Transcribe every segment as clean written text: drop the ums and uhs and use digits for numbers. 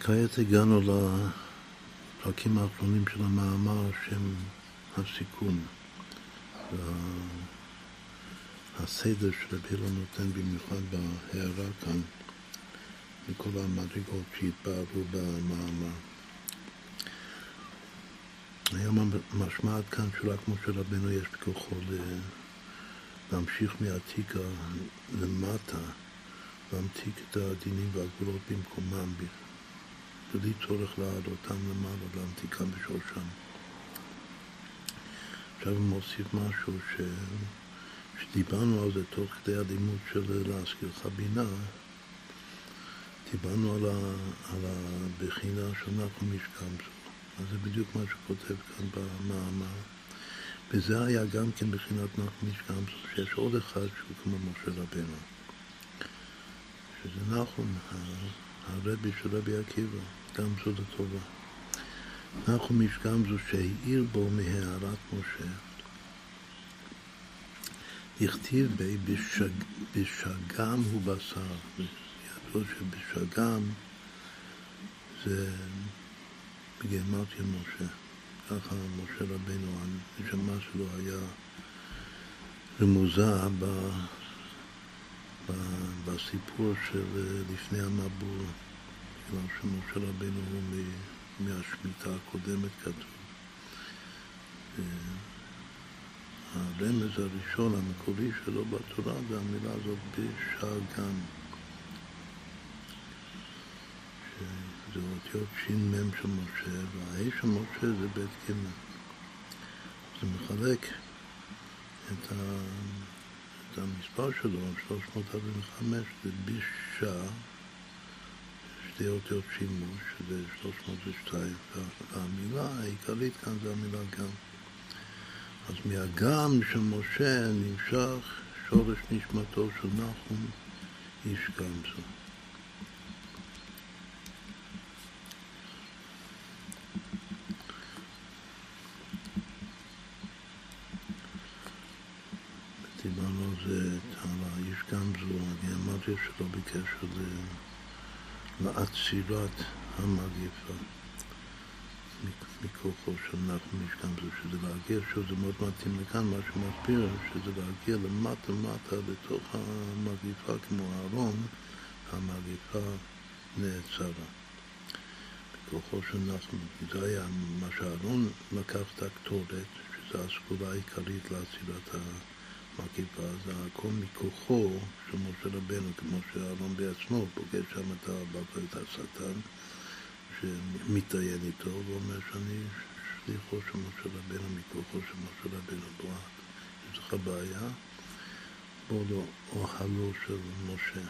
כעת הגענו לפרקים האחרונים של המאמר שהם הסיכום. הסדר שרבי הילון נותן במיוחד בהערה כאן מכל המדרגות שהתבהרו במאמר. היום משמעת כאן שרק משה רבנו יש בכוחו להמשיך מהעתיקה למטה, להמתיק את הדינים והגבולות במקומם, בלי צורך להעלותם למעלה, להמתיקם בשורשם. עכשיו הוא מוסיף משהו שדיברנו על זה תוך כדי הלימוד של להזכירך בינה. דיברנו על הבחינה של נחום איש גמזו. אז זה בדיוק מה שכותב כאן במאמר. וזה היה גם כן בחינת נחום איש גמזו, שיש עוד אחד שהוא כמו משה רבנו. שזה נחום, הרבי של רבי עקיבא, גמזו לטובה. נחום איש גמזו שהעיר בו מהערת משה. הכתיב בי בשגם הוא בשר. ידעו שבשגם זה בגימטריה משה. ככה משה רבנו, הנשמה שלו היה רמוזה בסיפור של לפני המבול, בגלל שמשה רבנו הוא מהשמיטה הקודמת כתוב. הרמז הראשון המקורי שלו בתורה זה המילה הזאת בשגם, שזה אותיות שין מם של משה, וההי של משה זה בית ג'. זה מחלק את המספר שלו, 345, זה בישה, שתי אותיות שימוש, שזה 302, והמילה העיקרית כאן זה המילה גם. אז מהגם של משה נמשך שורש נשמתו של נחום איש גמזו. דיברנו על זה, על האיש גמזו, אני אמרתי שלא בקשר לעצירת המגיפה מכוחו של נחום איש גמזו, שזה להגיע, שזה מאוד מתאים לכאן, מה שמסביר, שזה להגיע למטה לתוך המגיפה כמו אהרון, המגיפה נעצרה. מכוחו של נחום, זה היה מה שאהרון לקח את הקטורת, שזה הסגולה העיקרית לעצירת המגיפה, זה הכל מכוחו של משה רבנו, כמו שאהרון בעצמו פוגש שם את השטן, שמתדיין איתו, ואומר שאני שליחו של משה רבנו, מכוחו של משה רבנו. בוא, יש לך בעיה? בוא לא אוהלו של משה.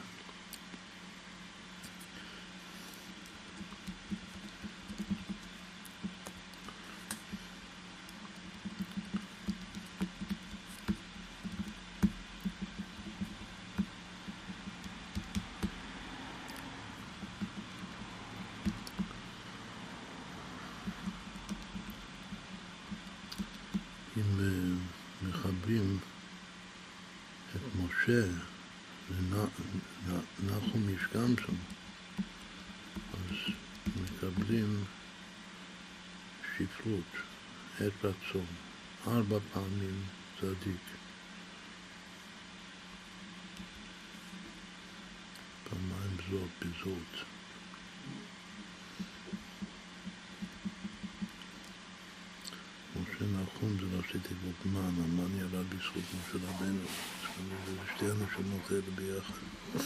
אם מחברים את משה לנחום איש גמזו, אז מקבלים שפלות, עת רצון, 4 פעמים צדיק. פעמיים זאת בזאת. נחום זה ראשי תיבות מן, המן ירד בזכות משה רבנו. שתי הנשמות האלה ביחד.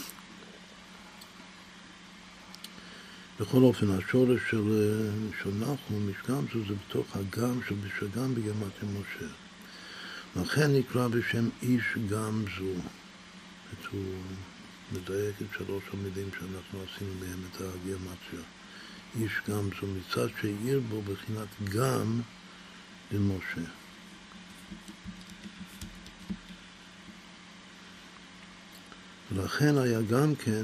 בכל אופן, השורש של נחום איש גמזו זה בתוך הגם של בשגם בגימטריה משה. לכן נקרא בשם איש גמזו. הוא מדייק את 3 המילים שאנחנו עשינו בהם את הגימטריה. איש גמזו מצד שהעיר בו בחינת גם למשה. ולכן היה גם כן,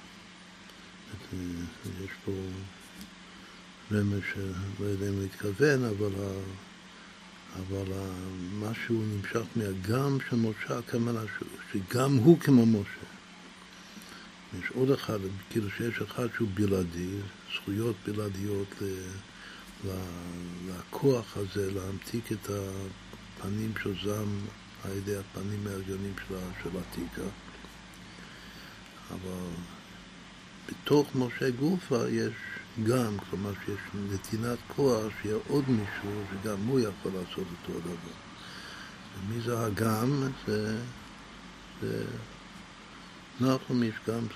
יש פה רמז שלא יודע אם הוא התכוון, אבל משהו נמשך מהגם של משה, הכוונה שגם הוא כמו משה. יש עוד אחד, כאילו שיש אחד שהוא בלעדי, זכויות בלעדיות לכוח הזה להמתיק את הפנים של זעם על ידי הפנים העליונים של עתיקה. אבל בתוך משה גופה יש גם, כלומר שיש נתינת כוח, שיהיה עוד מישהו שגם הוא יכול לעשות אותו דבר. ומי זה הגם? זה נחום איש גמזו.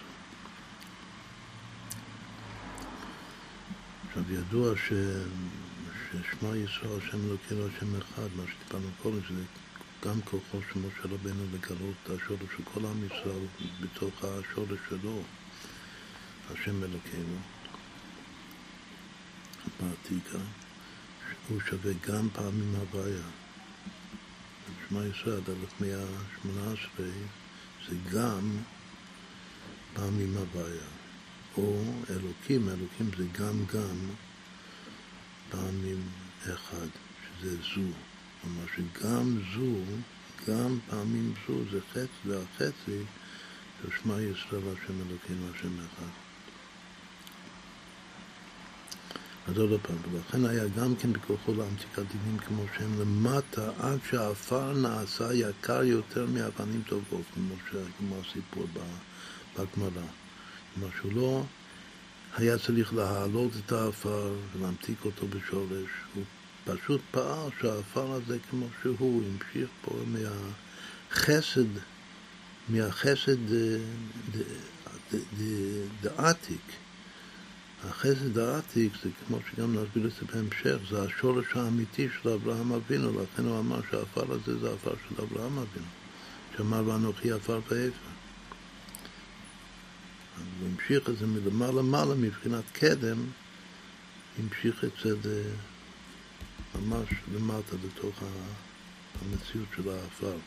עכשיו ידוע ששמה ישראל, השם אלוקינו, השם אחד, מה שדיברנו קודם, שזה גם כוחו של משה רבנו לגלות את השורש של כל עם ישראל בתוך השורש שלו, השם אלוקינו, בעתיקה, הוא שווה גם פעמים הוויה. שמה ישראל, 1118, זה גם פעמים הוויה. או אלוקים, אלוקים זה גם פעמים אחד, שזה זו. כלומר שגם זו, גם פעמים זו, זה חצי, זה החצי של שמע ישראל, השם אלוקינו, השם אחד. אז עוד פעם, ולכן היה גם כן בכוחו להמתיק הדינים כמו שהם למטה, עד שהאפר נעשה יקר יותר מאבנים טובות, כמו הסיפור בגמרא. כלומר שהוא לא היה צריך להעלות את האפר ולהמתיק אותו בשורש, הוא פשוט פעל שהאפר הזה כמו שהוא המשיך פה מהחסד דעתיק. החסד העתיק זה כמו שגם נסביר את זה בהמשך, זה השורש האמיתי של אברהם אבינו, לכן הוא אמר שהאפר הזה זה האפר של אברהם אבינו, שאמר ואנוכי עפר ואפר. הוא המשיך את זה מלמעלה מבחינת קדם, המשיך את זה ממש למטה לתוך המציאות של האפר.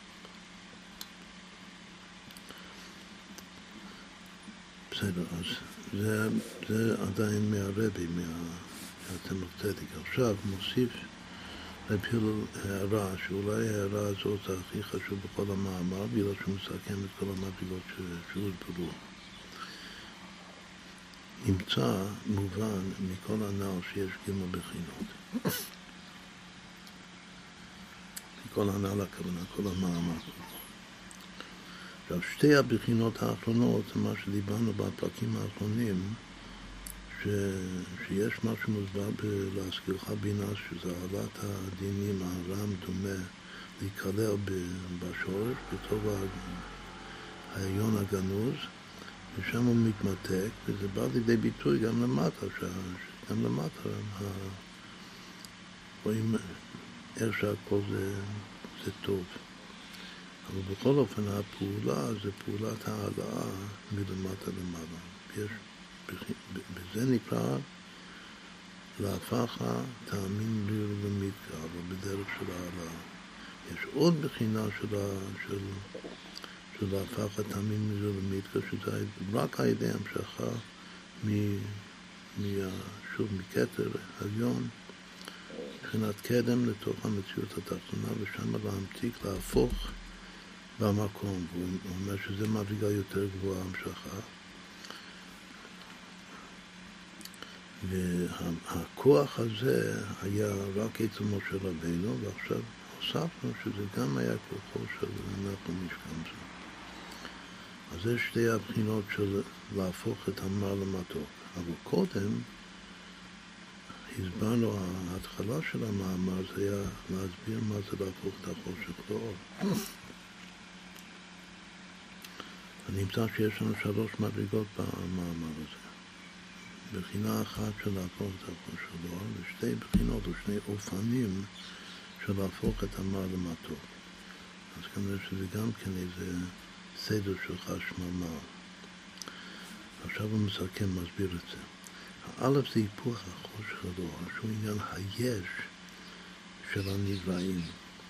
בסדר, אז זה עדיין מהרבי, מהצמח צדק. עכשיו מוסיף לפיל הערה, שאולי ההערה הזאת זה הכי חשוב בכל המאמר, בגלל שהוא מסכם את כל המדרגות שהוסברו. נמצא מובן מכל הנ"ל שיש גימל בחינות. מכל הנ"ל הכוונה, כל המאמר. עכשיו, שתי הבחינות האחרונות זה מה שדיברנו בפרקים האחרונים, שיש משהו מוסבר להזכירך בינה, שזה העלת הדינים, הרם דומה להיכלל בשורש, בתוך העליון הגנוז, ושם הוא מתמתק, וזה בא לידי ביטוי גם למטה, גם למטה רואים איך שהכל זה טוב. אבל בכל אופן הפעולה זה פעולת העלאה מלמטה למעלה. בזה נקרא להפך תאמין לי ולמיתקה, אבל בדרך של העלאה. יש עוד בחינה של להפך תאמין לי ולמיתקה, שזה רק על ידי המשכה שוב מכתר עליון, מבחינת קדם לתוך המציאות התחתונה, ושם להמתיק, להפוך במקום, והוא אומר שזה מדרגה יותר גבוהה המשכה. והכוח הזה היה רק אצל משה רבנו, ועכשיו הוספנו שזה גם היה כוחו של נחום איש גמזו. אז זה שתי הבחינות של להפוך את המר למתוק. אבל קודם הסברנו, ההתחלה של המאמר זה היה להסביר מה זה להפוך את החושך לאור. נמצא שיש לנו 3 מדרגות במאמר הזה. בחינה אחת של להפוך את החושך לאור, ושתי בחינות או שני אופנים של להפוך את המר למתוק. אז כנראה שזה גם כן איזה סדר של חשממה. עכשיו הוא מסכם, מסביר את זה. האלף זה היפוך החושך לאור, שהוא עניין היש של הנבראים.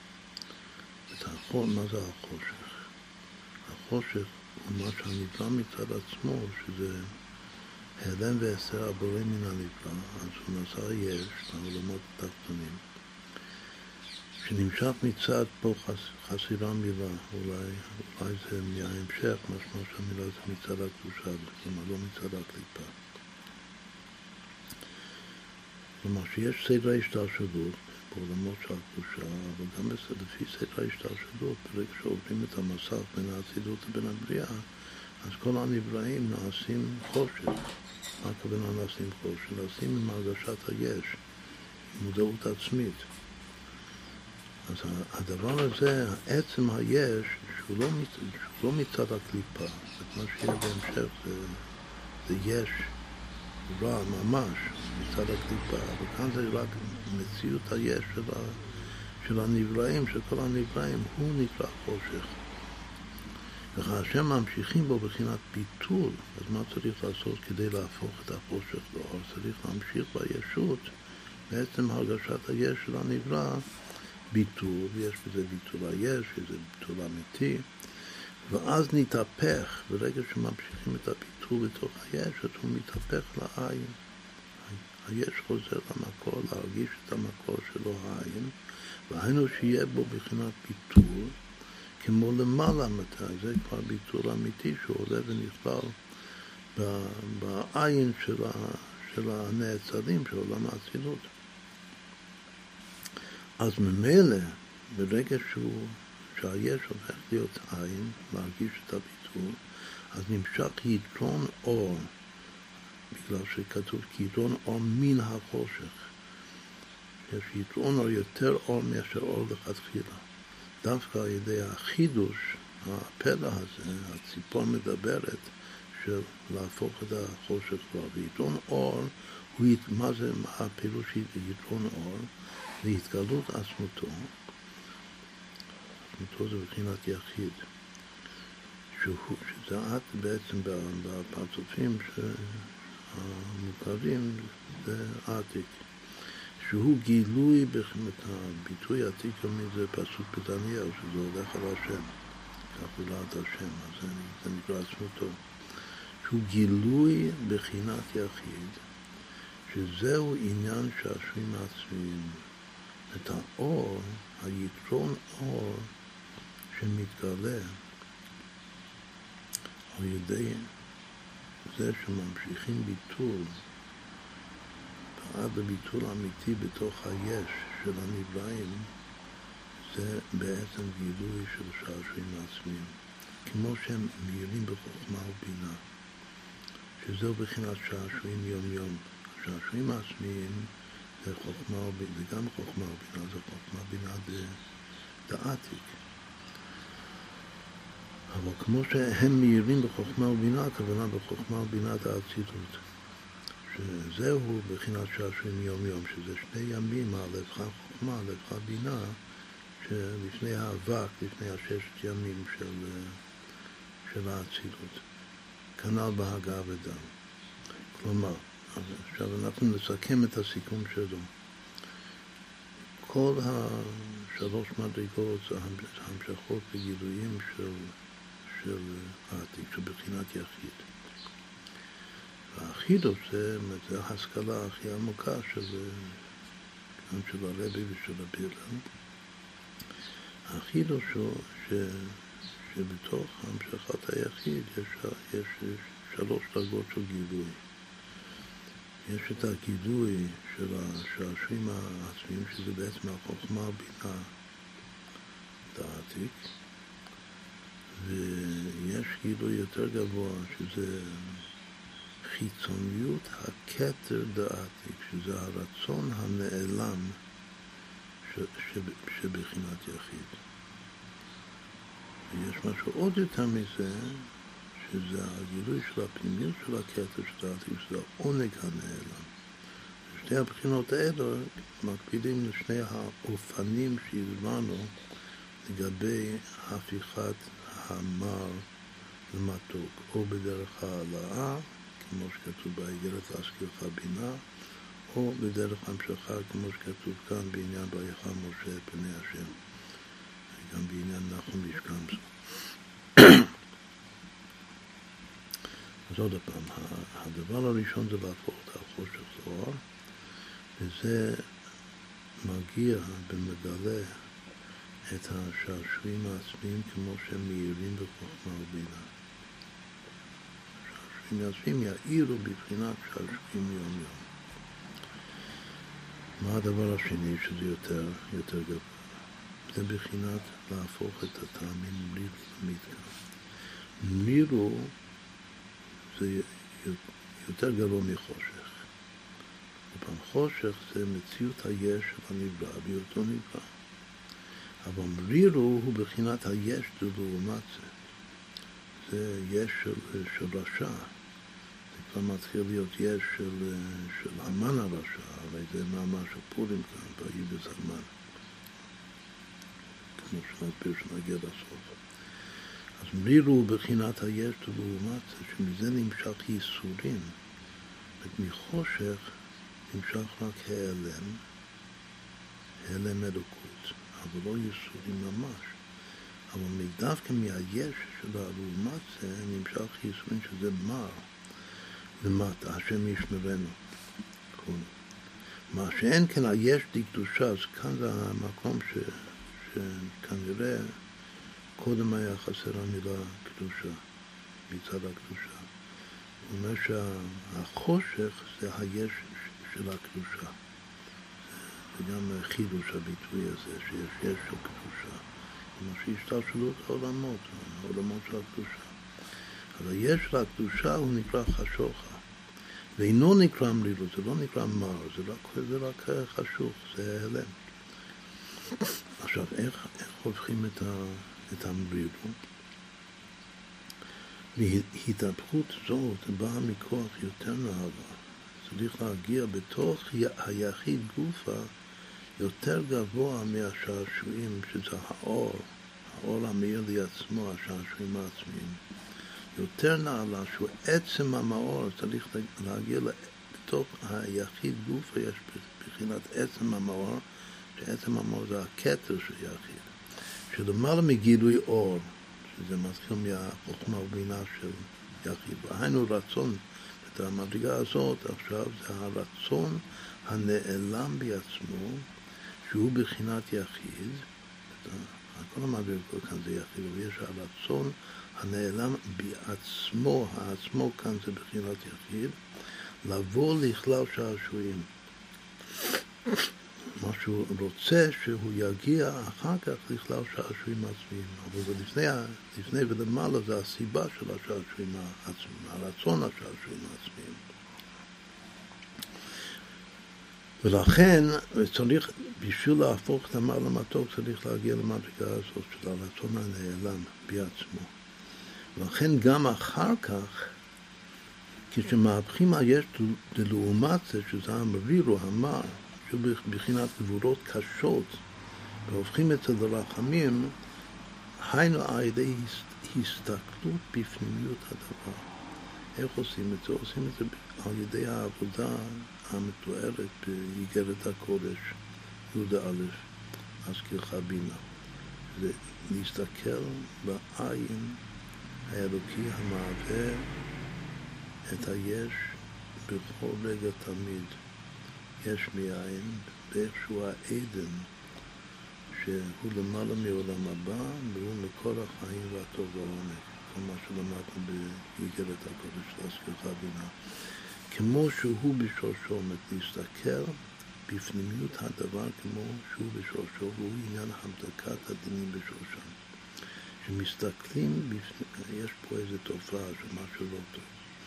מה זה החושך? החושך הוא מה שהנברא מצד עצמו, שזה העלם והסר הבורא מן הנברא, אז הוא נעשה יש בעולמות התחתונים, שנמשך מצד פה חסרה מילה, אולי זה מההמשך, משמע שהמילה זה מצד הקדושה, כלומר לא מצד הקליפה. כלומר שיש סדרי השתלשלות בעולמות של הקדושה, אבל גם לפי סדרי השתלשלות, ברגע שעוברים את המסך בין האצילות לבין הבריאה, אז כל הנבראים נעשים חושך. מה הכוונה נעשים חושך? נעשים עם הרגשת היש, עם מודעות עצמית. אז הדבר הזה, עצם היש, שהוא לא מצד הקליפה, מה שיהיה בהמשך זה יש רע ממש מצד הקליפה, וכאן זה רק מציאות היש של הנבראים, של כל הנבראים, הוא נקרא חושך. וכאשר ממשיכים בו בחינת ביטול, אז מה צריך לעשות כדי להפוך את החושך לאור? צריך להמשיך בישות, בעצם הרגשת היש של הנברא, ביטול, יש בזה ביטול היש, יש בזה ביטול אמיתי, ואז נתהפך, ברגע שממשיכים את הביטול בתוך היש, אז הוא מתהפך לעין. היש חוזר למקור, להרגיש את המקור שלו העין, והיינו שיהיה בו בחינת ביטול, כמו למעלה מתי, זה כבר ביטול אמיתי שעולה ונכלל בעין של הנעצרים, של עולם האצילות. אז ממילא, ברגע שהיש הופך להיות עין, להרגיש את הביטול, אז נמשך יתרון אור, בגלל שכתוב כי יתרון אור מן החושך. יש יתרון אור יותר אור מאשר אור לכתחילה. דווקא על ידי החידוש, הפלא הזה, הציפור מדברת, של להפוך את החושך לאור. ויתרון אור, מה זה הפירוש של יתרון אור? להתגלות עצמותו. עצמותו זה בחינת יחיד. שזה את בעצם בפרצופים המוכרים, זה עתיק. שהוא גילוי בחמת הביטוי עתיק זה פסוק בדניאל, שזה הולך על השם, כך הולד השם, אז זה נקרא עצמותו. שהוא גילוי בחינת יחיד, שזהו עניין שעשועים עצמיים. את האור, היתרון אור שמתגלה על ידי זה שממשיכים ביטול ועד לביטול אמיתי בתוך היש של הנבראים, זה בעצם גילוי של שעשועים עצמיים, כמו שהם מהירים בחוכמה ובינה, שזהו בחינת שעשועים יום יום. שעשועים עצמיים זה חוכמה ובינה, וגם חוכמה ובינה, זה חוכמה ובינה דעתיק. אבל כמו שהם מהירים בחוכמה ובינה, הכוונה בחוכמה ובינה דאצילות. שזהו בחינת שעשועים יום יום, שזה שני ימים, הלבך חוכמה, הלבך בינה, שלפני האבק, לפני הששת ימים של האצילות. כנ"ל בהגה ודם. כלומר, עכשיו אנחנו נסכם את הסיכום שלו. כל השלוש מדרגות זה המשכות וגילויים של העתיק, של בחינת יחיד. והחידוש זה ההשכלה הכי עמוקה גם של הרבי ושל הפילן. החידוש הוא שבתוך המשכת היחיד יש שלוש דרגות של גילוי. יש את הגילוי של השעשועים העצמיים, שזה בעצם החוכמה הבינה דעתיק, ויש גילוי יותר גבוה, שזה חיצוניות הכתר דעתיק, שזה הרצון הנעלם שבחינת יחיד. ויש משהו עוד יותר מזה, שזה הגילוי של הפנימיות של הכתר של דעתיק, שזה העונג הנעלם. שתי הבחינות האלה מקבילים לשני האופנים שהזמנו לגבי הפיכת המר למתוק, או בדרך העלאה, כמו שכתוב באיגרת להשכילך בינה, או בדרך המשכה, כמו שכתוב כאן בעניין ויחל משה פני השם, וגם בעניין נחום איש גמזו. אז עוד פעם, הדבר הראשון זה להפוך את החושך לאור, וזה מגיע במגלה את השעשועים העצמיים כמו שהם מאירים בחוכמה ובינה. השעשועים העצמיים יאירו בבחינת שעשועים יום יום. מה הדבר השני שזה יותר גבוה? זה בחינת להפוך את הטעמים בלי למתקן. מירו זה יותר גרוע מחושך. בפעם חושך זה מציאות היש של הנברא, בהיותו נברא. אבל מרירו הוא בחינת היש לעומת זה. זה יש של רשע. זה כבר מתחיל להיות יש של המן הרשע, הרי זה מאמר של פורים כאן, ויהי בזמן. כמו שנסביר שנגיע לסוף. אז מרירו הוא בחינת היש לעומת זה, שמזה נמשך ייסורים. מחושך נמשך רק העלם אלוקות, אבל לא ייסורים ממש. אבל דווקא מהיש של לעומת זה נמשך ייסורים שזה מר למטה, השם ישמרנו. מה שאין כן היש דקדושה, אז כאן זה המקום שכנראה קודם היה חסר המילה קדושה, מצד הקדושה. הוא אומר שהחושך זה היש של הקדושה. זה גם חידוש הביטוי הזה, שיש יש של קדושה. כמו שהשתלשלות העולמות של הקדושה. אבל היש של הקדושה הוא נקרא חשוכה. ואינו נקרא מרירו, זה לא נקרא מר, זה רק חשוך, זה הלם. עכשיו, איך הופכים את המרירו? והתהפכות זאת באה מכוח יותר נעלה. צריך להגיע בתוך היחיד גופה יותר גבוה מהשעשועים, שזה האור המאיר לעצמו, השעשועים העצמיים. יותר נעלה, שהוא עצם המאור, צריך להגיע בתוך היחיד גופה, יש בחינת עצם המאור, שעצם המאור זה הכתר של יחיד. שלמעלה מגילוי אור, שזה מתחיל מהחוכמה ובינה של יחיד. והיינו רצון, את המדרגה הזאת עכשיו זה הרצון הנעלם בעצמו, שהוא בחינת יחיד. כל המדרגות כאן זה יחיד, אבל יש הרצון הנעלם בעצמו, העצמו כאן זה בחינת יחיד, לבוא לכלל שעשועים. מה שהוא רוצה שהוא יגיע אחר כך לכלל שעשועים עצמיים. אבל זה לפני ולמעלה זה הסיבה של השעשועים העצמיים, הרצון השעשועים העצמיים. ולכן צריך, בשביל להפוך את המעלה למתוק, צריך להגיע למדרגה הזאת של הרצון הנעלם בעצמו. ולכן גם אחר כך, כשמהפכים היש לעומת זה, שזה המרירו, המר, שהוא בחינת גבורות קשות, והופכים את זה לרחמים, היינו על ידי הסתכלות בפנימיות הדבר. איך עושים את זה? עושים את זה על ידי העבודה המתוארת באיגרת הקודש, יהודה א', אזכירך בינה. זה להסתכל בעין האלוקי המעבר את היש בכל רגע תמיד. יש מאין, באיכשהו העדן, שהוא למעלה מעולם הבא, והוא מכל החיים והטוב והעונג, כל מה שלמדנו באיגרת הקודש להזכירך בינה. כמו שהוא בשורשו, להסתכל בפנימיות הדבר כמו שהוא בשורשו, והוא עניין המתקת הדינים בשורשם. שמסתכלים, יש פה איזו תופעה של משהו לא טוב.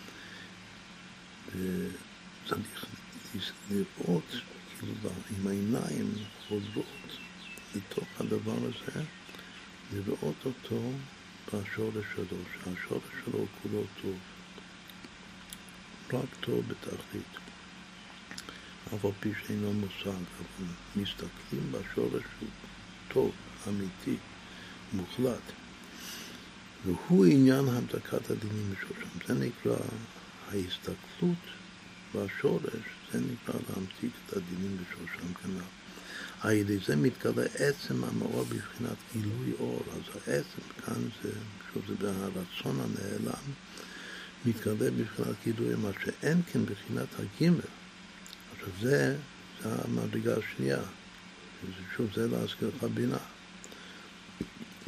וצריך לראות, כאילו, עם העיניים חוזרות לתוך הדבר הזה, לראות אותו בשורש שלו, שהשורש שלו כולו טוב. רק טוב בתכלית. אף על פי שאינו מושג, אבל מסתכלים בשורש שהוא טוב, אמיתי, מוחלט. והוא עניין המתקת הדינים בשורשם. זה נקרא ההסתכלות בשורש, זה נקרא להמתיק את הדינים בשורשם כנראה. על ידי זה מתגלה עצם המאור בבחינת גילוי אור. אז העצם כאן זה, שוב זה בהרצון הנעלם, מתגלה בבחינת גילוי, מה שאין כן בבחינת הגימל. עכשיו זה המדרגה השנייה. שוב זה להזכירך בינה.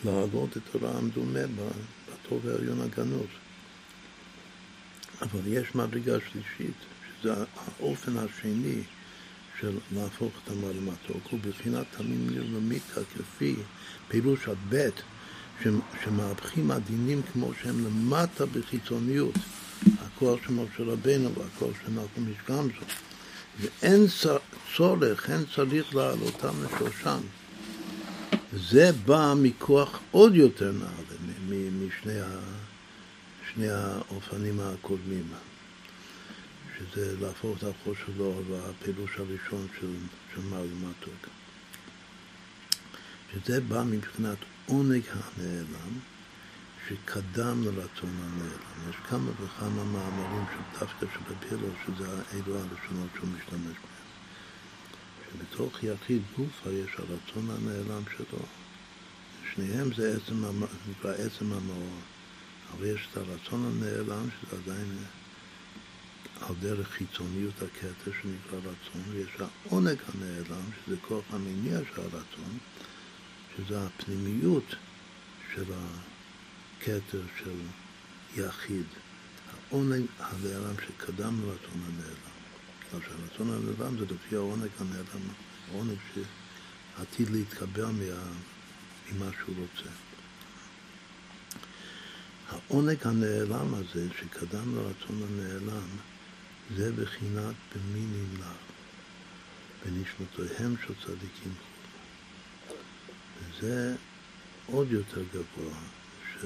להעלות את הרע המדומה בטוב והעליון הגנוז. אבל יש מדרגה שלישית, שזה האופן השני של להפוך את המר למתוק, הוא בחינת תמים נרלמיקה, כפי פירוש הבית, שמהפכים הדינים כמו שהם למטה בחיצוניות, הכוח של משה רבנו והכוח של נחום איש גמזו, ואין צורך, אין צריך להעלותם לשורשם. זה בא מכוח עוד יותר נעלה משני האופנים הקודמים, שזה להפוך את החוש שלו והפילוש הראשון של מר למתוק. שזה בא מבחינת עונג הנעלם שקדם לרצון הנעלם. יש כמה וכמה מאמרים של דווקא של הפילו, שזה האלו הראשונות שהוא משתמש בהם. שבתוך יחיד גופה יש הרצון הנעלם שלו. שניהם זה נקרא עצם המאור. אבל יש את הרצון הנעלם, שזה עדיין על דרך חיצוניות הכתר שנקרא רצון, ויש העונג הנעלם, שזה כוח המניע של הרצון, שזה הפנימיות של הכתר של יחיד. העונג הנעלם שקדם לרצון הנעלם. כלומר שהרצון הנעלם זה לפי העונג הנעלם, העונג שעתיד להתקבל ממה שהוא רוצה. העונג הנעלם הזה שקדם לרצון הנעלם זה בחינת במי נמלך בנשמותיהם של צדיקים חול. וזה עוד יותר גבוה של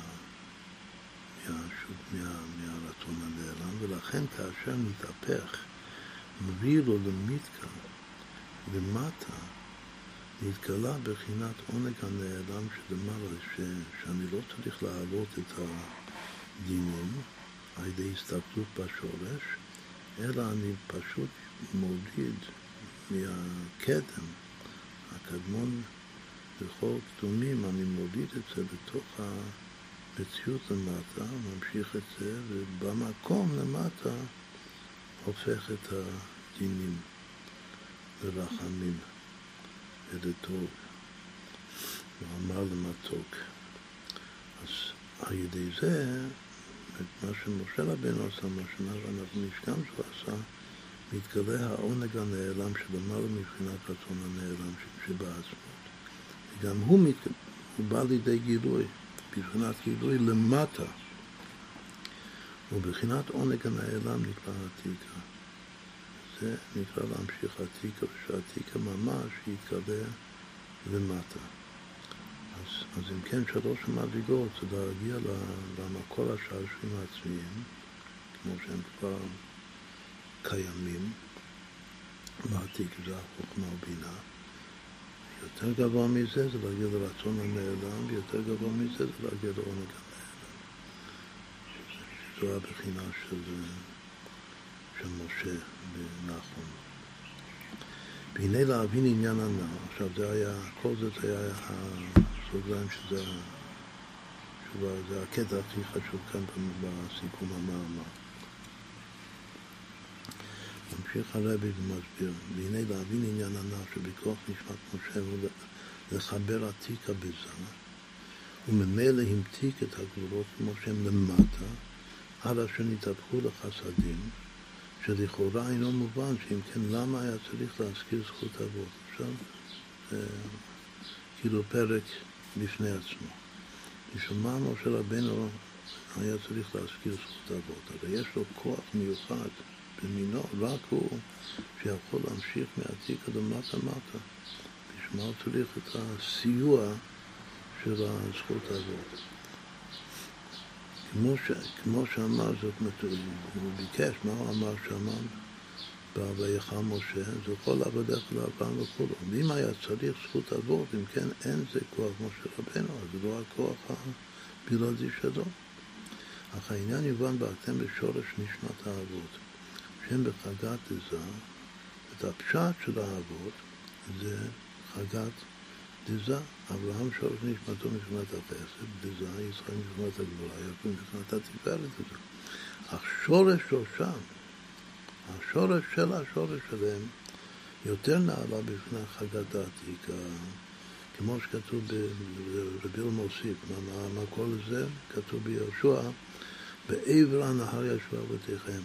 מהרצון הנעלם, ולכן כאשר מתהפך מביא לו למתקה למטה נתגלה בחינת עונג הנעלם שלמעלה, שאני לא צריך להעלות את הדינים על ידי הסתכלות בשורש, אלא אני פשוט מוריד מהקדם, הקדמון בכל קדומים, אני מוריד את זה בתוך המציאות למטה, ממשיך את זה, ובמקום למטה הופך את הדינים לרחמים. ולטוב, ואמר למתוק. אז על ידי זה, מה שמשה רבנו עשה, מה שאנחנו נשכם שהוא עשה, מתגלה העונג הנעלם שלמעלה מבחינת רצון הנעלם שבעצמות. וגם הוא בא לידי גילוי, בבחינת גילוי למטה. ובבחינת עונג הנעלם נקרא עתיקה. זה נקרא להמשיך עתיקה, ושעתיקה ממש יתגלה למטה. אז אם כן, שלוש המדרגות זה להגיע למקור השורשים העצמיים, כמו שהם כבר קיימים, בעתיק זה החוכמה ובינה. יותר גבוה מזה זה להגיע לרצון הנעלם, ויותר גבוה מזה זה להגיע לעונג הנעלם. שזו הבחינה של משה ונחום. והנה להבין עניין הנ"ל. עכשיו זה היה, כל זה היה הסוגריים שזה הקטע הכי חשוב כאן בסיכום המאמר. ממשיך הרבי ומסביר. והנה להבין עניין הנ"ל שבכוח נשמת משה הוא לחבר עתיקה בזה, וממילא המתיק את הגבולות כמו שהם למטה, עד אשר נתהפכו לחסדים, שלכאורה אינו מובן, שאם כן, למה היה צריך להזכיר זכות אבות? עכשיו, כאילו פרק בפני עצמו. משום מה משה רבנו היה צריך להזכיר זכות אבות? הרי יש לו כוח מיוחד במינו, רק הוא שיכול להמשיך מעתיקה למטה. משום מה הוא צריך את הסיוע של זכות אבות. כמו שאמר זאת, הוא ביקש, מה הוא אמר שאמר? ויחל משה, זכור לעבדיך לאברהם וכולו. ואם היה צריך זכות אבות, אם כן אין זה כוח משה רבנו, אז זה לא הכוח הבלעדי שלו. אך העניין יובן בהקדם בשורש נשמת האבות, שהם בחגת דזה, את הפשט של האבות זה חגת דזה. אברהם שורש נשמתו מבחינת החסד, דזה, ישראל מבחינת הגבורה, יעקב מבחינת התפארת הזו. אך שורש שורשם, השורש של השורש שלהם יותר נעלה בפני חגת העתיקה, כמו שכתוב ברבי מוסיף, מה כל זה? כתוב ביהושע, בעבר הנהר ישבו אבותיכם.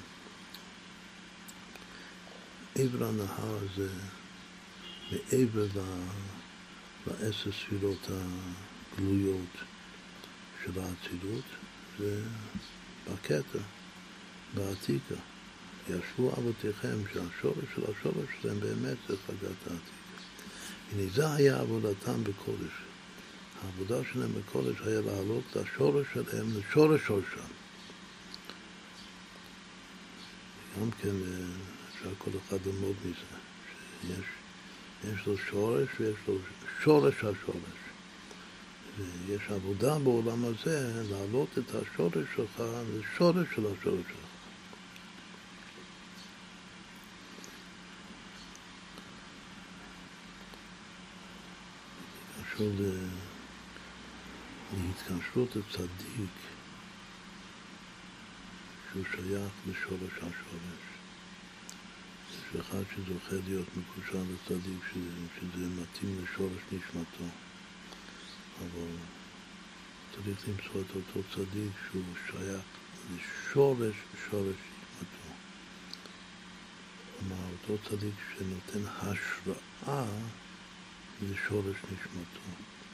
עבר הנהר זה מעבר לעשר ספירות הגלויות של האצילות, זה בקטע, בעתיקה. ישבו אבותיכם, שהשורש של השורש שלהם באמת זה חגת העתיקה. הנה זה היה עבודתם בקודש. העבודה שלהם בקודש היה לעלות לשורש שלהם, לשורש שורשם. גם כן אפשר כל אחד ללמוד מזה, שיש לו שורש ויש לו שורש השורש. ויש עבודה בעולם הזה לעלות את השורש שלך לשורש של השורש שלך. קשור להתקשרות הצדיק שהוא שייך לשורש השורש. יש אחד שזוכה להיות מקושר לצדיק שזה מתאים לשורש נשמתו. אבל צריך למצוא את אותו צדיק שהוא שייך לשורש נשמתו. כלומר, אותו צדיק שנותן השראה לשורש נשמתו.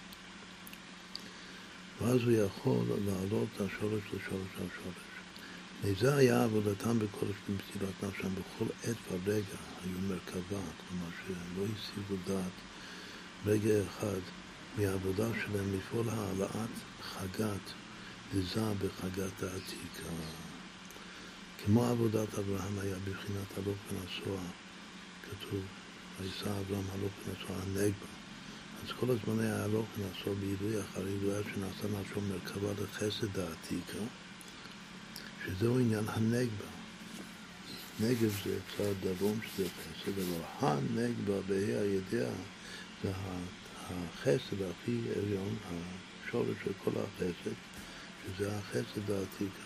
ואז הוא יכול לעלות השורש לשורש השורש. וזה היה עבודתם בקודש במסירת נפשם בכל עת ורגע היו מרכבה, כלומר שלא השיגו דעת רגע אחד מהעבודה שלהם לפעול העלאת חגת דזה בחגת העתיקה. כמו עבודת אברהם היה בבחינת הלוך ונסוע, כתוב, ויסע אברהם הלוך ונסוע הנגבה. אז כל הזמן היה הלוך ונסוע בעילוי אחר עילוי עד שנעשה נפשו מרכבה לחסד העתיקה, שזהו עניין הנגבה. נגב זה צד דרום שזה חסד, אבל הנגבה בה"א הידיעה זה החסד הכי עליון, השורש של כל החסד, שזה החסד העתיקה.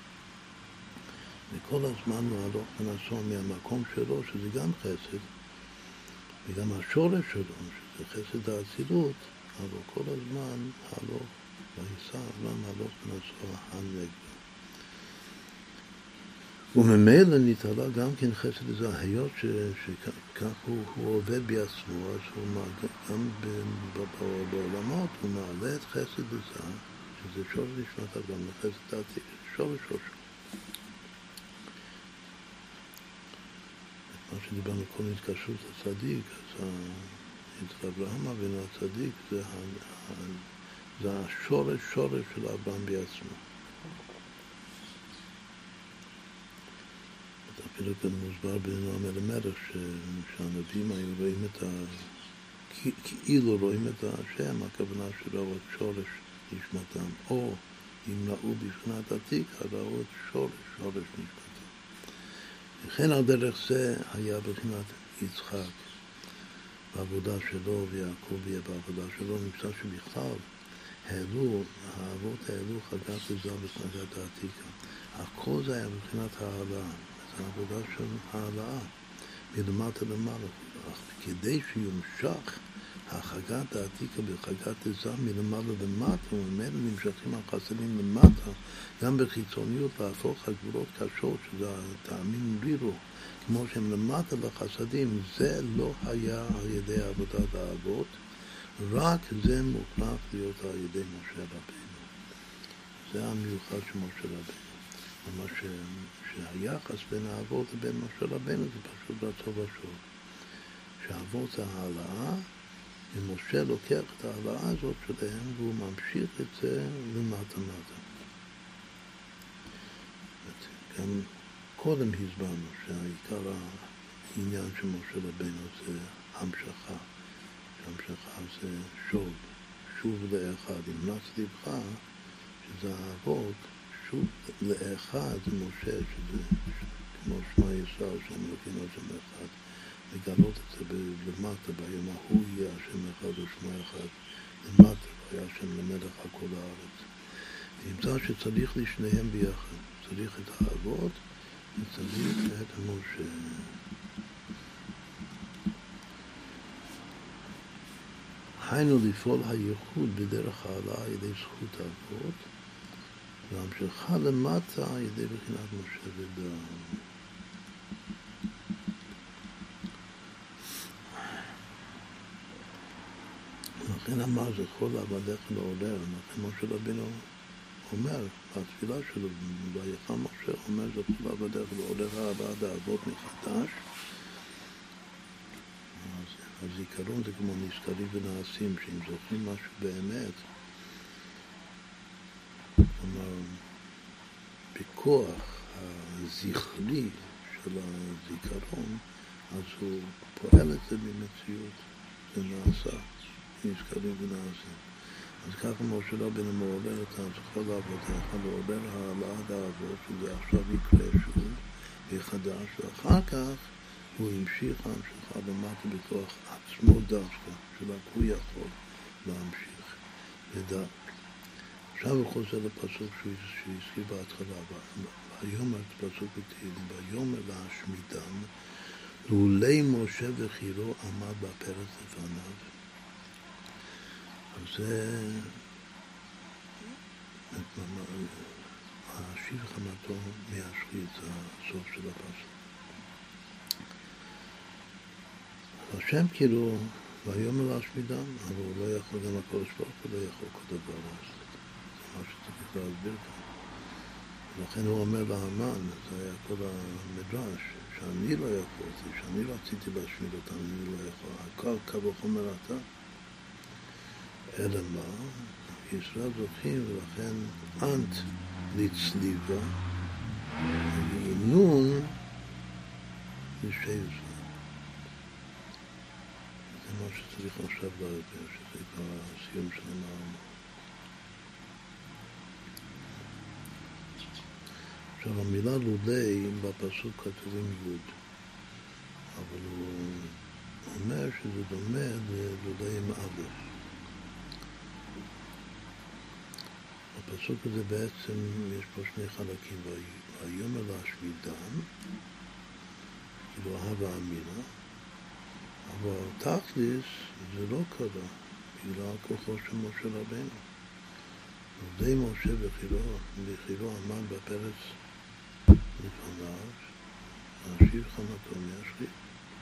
וכל הזמן הוא הלוך ונסוע מהמקום שלו, שזה גם חסד, וגם השורש שלו, שזה חסד האצילות, אבל כל הזמן הלוך, ויסע אברהם הלוך ונסוע הנגבה. וממילא נתעלה גם כן חסד הזה, היות שכך הוא עובד בעצמו, אז הוא גם בעולמות הוא מעלה את חסד הזה, שזה שורש נשמת אברהם, לחסד העתיק, שורש שורש. מה שדיברנו כל התקשרות הצדיק, אז אצל אברהם אבינו הצדיק זה השורש של אברהם בעצמו. אפילו כאן מוסבר בנועם אלימלך שהנביאים היו רואים כאילו רואים את השם, הכוונה שראו את שורש נשמתם, או אם ראו בבחינת עתיקה, ראו את שורש נשמתם. וכן על דרך זה היה בבחינת יצחק בעבודה שלו ויעקב יהיה בעבודה שלו, נמצא שבכלל האבות העלו חגת דזה בחגת העתיקה. הכל זה היה בבחינת העלה. העבודה של העלאה מלמטה למעלה, אך כדי שיומשך החגת העתיקה בחגת דזה מלמעלה למטה, וממילא נמשכים החסדים למטה, גם בחיצוניות להפוך הגבולות קשות, שזה הטעמים רירו, כמו שהם למטה לחסדים, זה לא היה על ידי עבודת האבות, רק זה מוכרח להיות על ידי משה רבינו. זה המיוחד של משה רבינו. ממש שהיחס בין האבות לבין משה רבינו זה פשוט רצו ושוב. שהאבות זה העלאה, ומשה לוקח את העלאה הזאת שלהם והוא ממשיך את זה למטה מטה. גם קודם הסברנו שהעיקר העניין של משה רבינו זה המשכה. שהמשכה זה שוב לאחד. אם נץ לבך, שזה האבות, שוב לאחד זה משה, שזה כמו שמע ישראל, שם אלוקינו השם אחד, לגלות את זה למטה, ביום ההוא יהיה השם אחד ושמע אחד, למטה, היה השם למלך על כל הארץ. נמצא שצריך לשניהם ביחד, צריך את האבות וצריך את המשה. היינו לפעול הייחוד בדרך העלה על ידי זכות האבות, והמשכה למטה על ידי בחינת משה ודן. לכן אמר זכור לעבדיך לעורר, לכן משה רבינו אומר, בתפילה שלו, ויחל משה, אומר זכור לעבדיך לעורר העבד האבות מחדש. אז הזיכרון זה כמו נזכרים ונעשים, שאם זוכרים משהו באמת, כלומר, בכוח הזכרי של הזיכרון, אז הוא פועל את זה במציאות, זה נעשה, נזכרים ונעשים. אז ככה משה רבינו מעורר את הזכור לעבדיך, לעורר העלאת האבות, שזה עכשיו יקרה שוב, מחדש, ואחר כך הוא המשיך המשכה למטה בכוח עצמו דווקא, שרק הוא יכול להמשיך לדעת. עכשיו הוא חוזר לפסוק שהוא הזכיר בהתחלה, ויאמר את פסוק בתהילים, ויאמר להשמידם, לולי משה וחירו עמד בפרץ לפניו. אז זה השיב חמתו מהשחית, זה הסוף של הפסוק. השם כאילו, ויאמר להשמידם, אבל הוא לא יכול, גם הקדוש ברוך הוא לא יכול כל דבר לעשות. זה מה שצריך להסביר כאן. ולכן הוא אומר להמן, זה היה כל המדרש, שאני לא יכולתי, שאני רציתי להשמיד אותם, אני לא יכול. הכל קו וחומר אתה. אלא מה? ישראל זוכים, ולכן אנט לצליבה, ואינון לשי זמן. זה מה שצריך עכשיו להסביר, שזה כבר הסיום של המאמר. עכשיו, המילה לולי בפסוק כתובים יוד, אבל הוא אומר שזה דומה ללולי עם א'. בפסוק הזה בעצם יש פה שני חלקים, ויאמר להשמידם, כאילו אהבה אמינה, אבל תכלס זה לא קרה, בגלל כוחו של משה רבינו. לולי משה וחירו עמד בפרץ לפניו, להשיב חמתו מהשחית.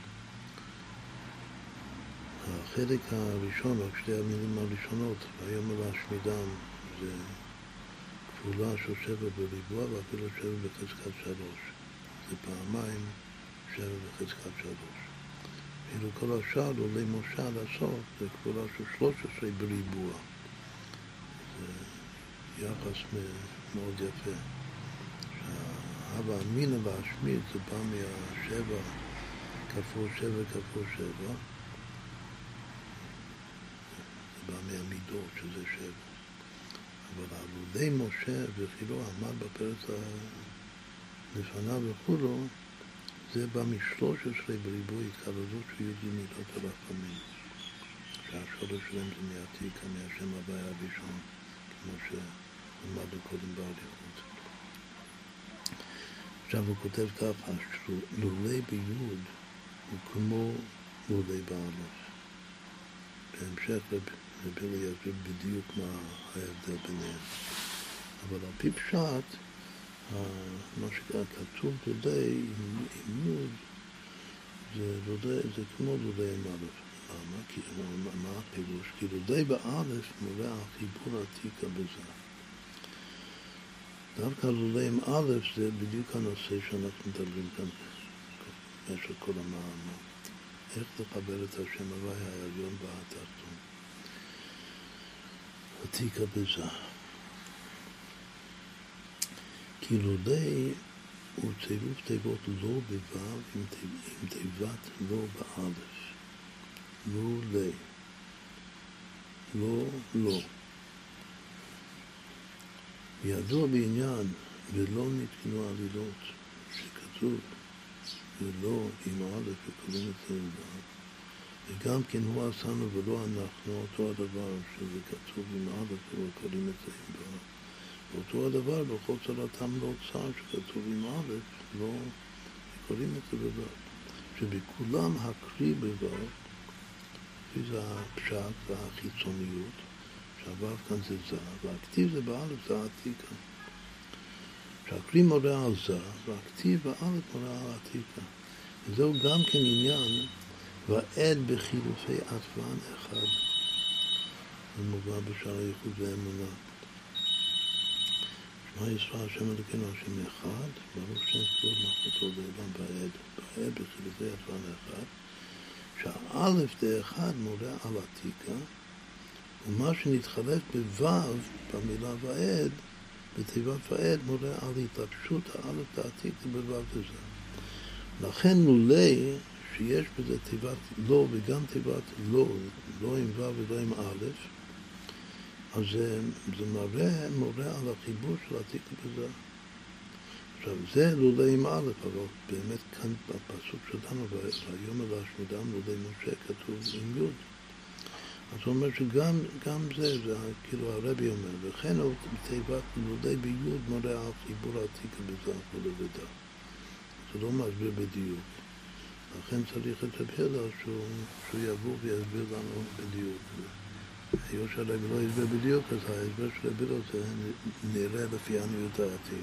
החלק הראשון, רק שתי המילים הראשונות, ויאמר להשמידם, זה כפולה של 7 בריבוע ואפילו 7 בחזקת 3. זה פעמיים 7 בחזקת 3. ואילו כל השאר לולי משה לעשות, זה כפולה של 13 בריבוע. זה יחס מאוד יפה. שהאהבה אמינה והשמיד זה בא מה-7 כפול 7 כפול 7. זה בא מהמידות שזה 7. אבל לולי משה וחירו עמד בפרץ לפניו וכולו, זה בא מ-13 בריבוי התקללות שיהודים מידות הרחמים. שהשורש שלהם זה מעתיקה, מהשם הוויה הראשון, כמו שלמדנו קודם באריכות. עכשיו הוא כותב ככה, לולי ביוד הוא כמו לולי באלף. בהמשך רבי יסביר בדיוק מה ההבדל ביניהם. אבל על פי פשט, מה שכתוב לולי עם יוד, זה כמו לולי עם אלף. מה הפירוש? כי לולי באלף מורה החיבור העתיקה בזה. דווקא לולי עם אלף זה בדיוק הנושא שאנחנו מדברים כאן במשך כל המאמר. איך לחבר את השם הוויה העליון והתחתון. עתיקה בזה. כי לולי הוא צירוף תיבות לא בו' עם תיבת לא באלף. לולי. לא. ידוע בעניין ולא נתקנו עלילות שכתוב ולא עם א' וקוראים את זה לבד, וגם כן הוא עשנו ולא אנחנו, אותו הדבר שזה כתוב עם א' וקוראים את זה לבד, ואותו הדבר בכל צלתם לא צער שכתוב עם א' לא קוראים את זה לבד, שבכולם הקריא לבד היופי זה הפשט והחיצוניות, שהוו כאן זה זה, והכתיב זה באלף זה העתיקה. שהכלי מורה על זה, והכתיב באלף מורה על העתיקה. וזהו גם כן עניין, ועד בחילופי עטפן אחד. זה מובא בשער הייחוד והאמונה. שמע ישראל השם אלוקינו השם אחד, ברוך שם כבוד מלכותו לעולם ועד. ועד בחילופי עטפן אחד. שהאלף דאחד מורה על עתיקה, ומה שנתחלף בוו במילה ועד, בתיבת ועד מורה על התלבשות האלף דעתיקה בוו וזה. לכן לולי שיש בזה תיבת לא וגם תיבת לא עם וו ולא עם א', אז זה מורה על החיבור של עתיקה בזה. עכשיו זה לולי עם א', אבל באמת כאן בפסוק שלנו, והיום אל השמידם לולי משה כתוב עם י'. אז הוא אומר שגם זה כאילו הרבי אומר, וכן הוא בתיבת לולי ביוד מורה על חיבור עתיקה בזה ולבדה. זה לא מסביר בדיוק. לכן צריך את הפלא שהוא יבוא ויסביר לנו בדיוק. היות שהרבי לא יסביר בדיוק, אז ההסבר של הרבי זה נראה לפי עניות דעתי.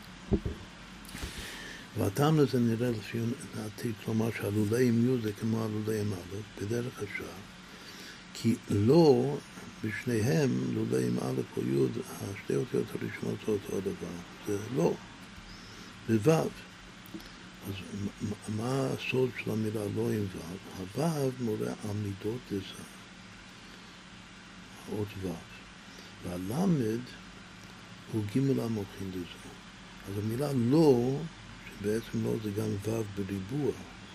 והטעם לזה נראה לפי דעתי, כלומר שהלולי עם יוד זה כמו הלולי עם א', בדרך השעה. כי לא, בשניהם, לולי עם א' או י', השתי אותיות הראשונות זה אותו דבר. זה לא. וו'. אז מה הסוד של המילה לא עם ו'? הו' מורה על מידות לזה. האות ו'. והלמד הוא ג' המוחין לזה. אז המילה לא, שבעצם לא זה גם ו' בריבוע,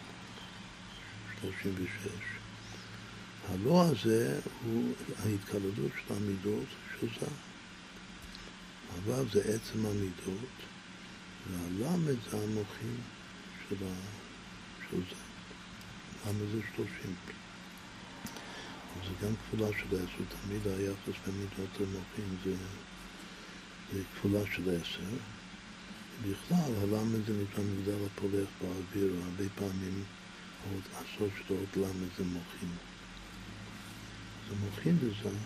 36. הלא הזה הוא ההתקללות של המידות של זה. הוו זה עצם המידות, והלמד זה המוחים של זה. למה זה 30? זה גם כפולה של 10, תמיד היחס במידות למוחים זה כפולה של 10. בכלל, הלמד זה נקרא מגדל הפולח באוויר, הרבה פעמים הסוד של עוד למד זה מוחים. זה מוכין בזה,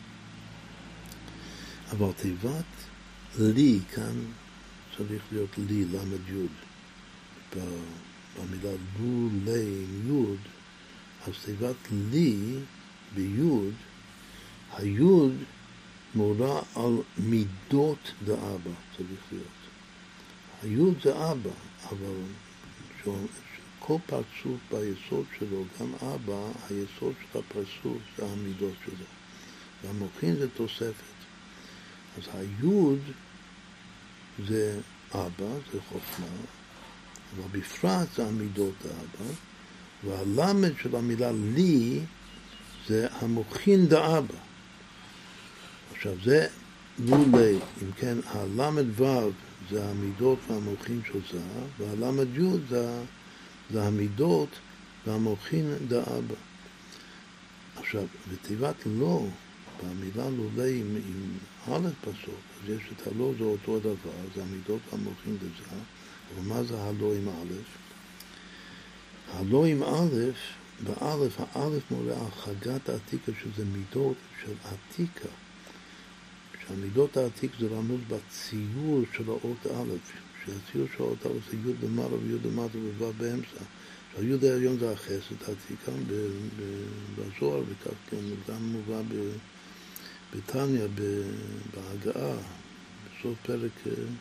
אבל תיבת לי כאן צריך להיות לי, למד יוד. במילה לו, לי, יוד, אז תיבת לי ביוד, היוד מורה על מידות דאבא, צריך להיות. היוד זה אבא, אבל כל פרצוף ביסוד שלו, גם אבא, היסוד של הפרצוף זה המידות שלו. והמוחין זה תוספת. אז היוד זה אבא, זה חוכמה, אבל בפרט זה המידות האבא, והלמד של המילה לי זה המוחין דאבא. עכשיו זה לולי, אם כן, הלמד ו' זה המידות והמוחין של זה, והלמד יוד זה המידות והמוחין דאבא. עכשיו, בתיבת לא, במילה לולי עם א' בסוף, אז יש את הלא זה אותו דבר, זה המידות והמוחין דזה, אבל מה זה הלא עם א'? הלא עם א', באלף, האלף מורה על חגת העתיקה, שזה מידות של עתיקה. שהמידות העתיק זה רמוז בציור של האות א', שהציור של האות א' זה י' למעלה וי' למטה וו' באמצע. שהי' העליון זה החסד העתיקה בזוהר, וכך כן, גם מובא בתניא, בהגעה, בסוף פרק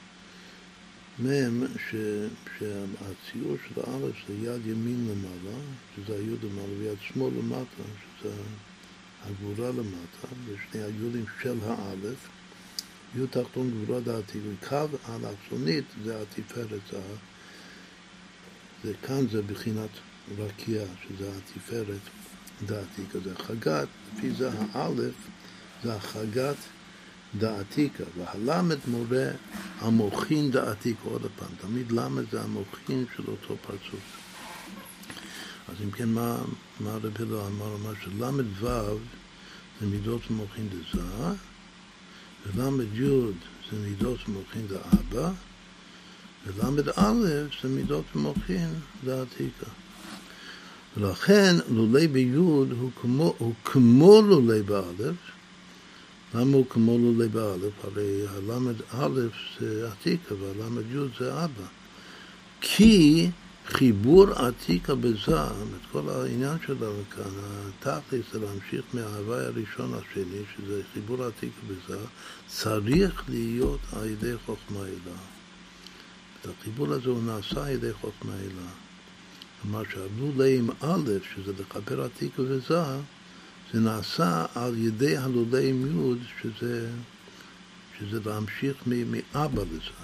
מ' שהציור של האלף זה יד ימין למעלה, שזה הי' למעלה, ויד שמאל למטה, שזה הגבורה למטה, ושני הי'ים של האלף, י' תחתון גבורה דעתיק, וקו האלכסונית זה התפארת, זה כאן זה בחינת רקיע, שזה התפארת דעתיק, זה חגת, לפי זה האלף, זה החגת דעתיקה, והלמד מורה המוחין דעתיק, עוד הפעם, תמיד למד זה המוחין של אותו פרצוף. אז אם כן, מה רבי לא אמר שלמד ו' זה מידות ומוחין דזה, ולמד י' זה מידות ומוחין דאבא, ולמד א' זה מידות ומוחין דעתיקה. ולכן לולי ביוד הוא כמו לולי באלף. למה הוא כמו לולי באלף? הרי הלמד א' זה עתיקה והלמד יוד זה אבא. כי חיבור עתיקה בזה, את כל העניין שלנו כאן, התכלס זה להמשיך מההווי הראשון השני, שזה חיבור עתיקה בזה, צריך להיות על ידי חוכמה אלה. החיבור הזה הוא נעשה על ידי חוכמה אלה. כלומר שהלולי עם א', שזה לחבר עתיקה בזה, זה נעשה על ידי הלולי עם יוד, שזה להמשיך מאבא לזה.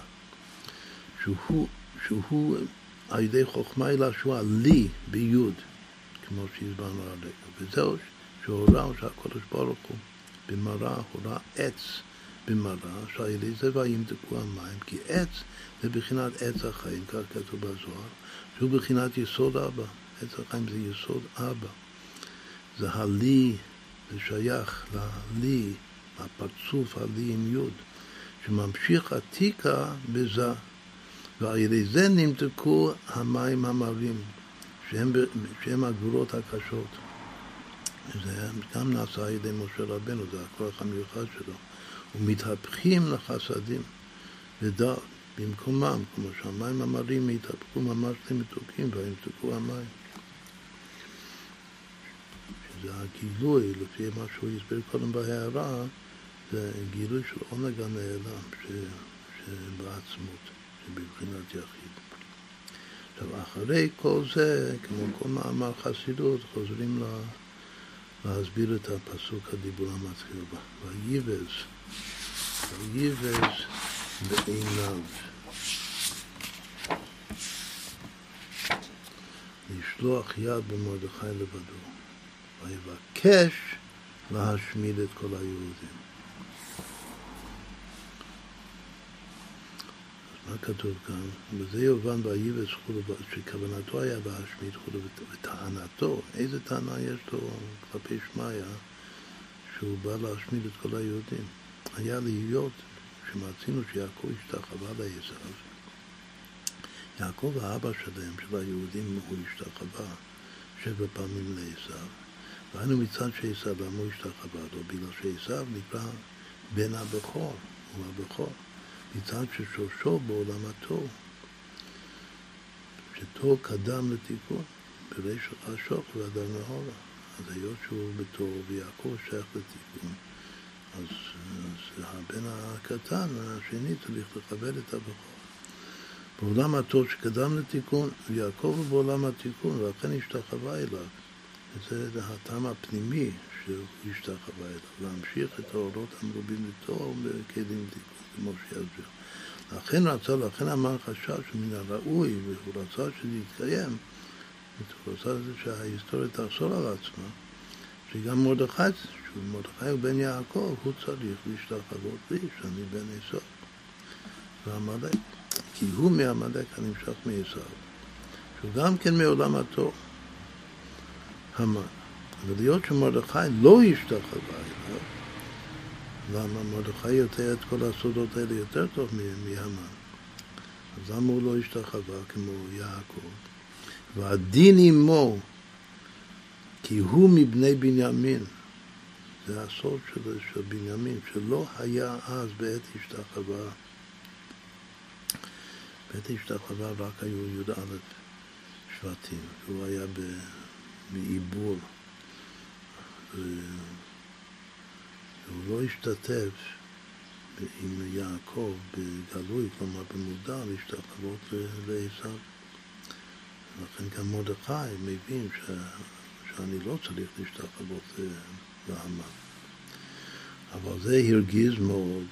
שהוא על ידי חוכמה אלא שהוא עלי ביוד, כמו שהסברנו עליו. וזהו שהורא שהקדוש ברוך הוא במראה, הורא עץ במראה, שעל ידי זה וימתקו המים, כי עץ זה בחינת עץ החיים, כך כתוב בזוהר, שהוא בחינת יסוד אבא. עץ החיים זה יסוד אבא. זה הלי, זה שייך ללי, הפרצוף הלי עם יוד, שממשיך עתיקה בזה. ועל ידי זה נמתקו המים המרים, שהם הגבולות הקשות. זה גם נעשה על ידי משה רבנו, זה הכוח המיוחד שלו. ומתהפכים לחסדים ודעת במקומם, כמו שהמים המרים התהפכו ממש למתוקים, והמתקו המים. שזה הגילוי, לפי מה שהוא הסביר קודם בהערה, זה גילוי של עונג הנעלם שבעצמות. בבחינת יחיד. עכשיו, אחרי כל זה, כמו כל מאמר חסידות, חוזרים להסביר את הפסוק הדיבור המתחיל בה. ויבז בעיניו. לשלוח יד במרדכי לבדו. ויבקש להשמיד את כל היהודים. מה כתוב כאן? וזה יובן ויבז חולו, שכוונתו היה להשמיד חולו, וטענתו, איזה טענה יש לו כלפי שמעיה, שהוא בא להשמיד את כל היהודים. היה להיות, שמצינו שיעקב השתחווה לעשיו, יעקב האבא שלהם, של היהודים, הוא השתחווה 7 פעמים לעשיו, והיינו מצד שעשיו, למה הוא השתחווה לו? בגלל שעשיו נקרא בן הבכור, הוא הבכור. מצד ששורשו בעולמתו, שתור קדם לתיקון, בריש החשוך ואדם נהורה. אז היות שהוא בתור ויעקב שייך לתיקון, אז הבן הקטן, השני, צריך לכבד את הבכור. בעולם התור שקדם לתיקון, ויעקב הוא בעולם התיקון, ולכן השתחווה אליו. וזה הטעם הפנימי שהוא השתחווה אליו, להמשיך את האורות המרובים לתור וכלים לתיקון. כמו שיסביר. לכן אמר חשב שמן הראוי, והוא רצה שזה יתקיים, הוא רצה שההיסטוריה תחזור על עצמה, שגם מרדכי, מרדכי הוא בן יעקב, הוא צריך להשתחוות לי, שאני בן עשיו. ועמלק, כי הוא מעמלק הנמשך מעשיו, שהוא גם כן מעולם התור, המן. אבל להיות שמרדכי לא השתחווה אליו, למה מרדכי יודע את כל הסודות האלה יותר טוב מהמן? אז למה הוא לא השתחווה כמו יעקב? והדין עמו, כי הוא מבני בנימין. זה הסוד של בנימין, שלא היה אז בעת השתחווה. בעת השתחווה רק היו י"א שבטים, הוא היה בעיבור. הוא לא השתתף עם יעקב בגלוי, כלומר במודע, להשתחוות לעשיו. לכן גם מרדכי מבין שאני לא צריך להשתחוות להמן. אבל זה הרגיז מאוד,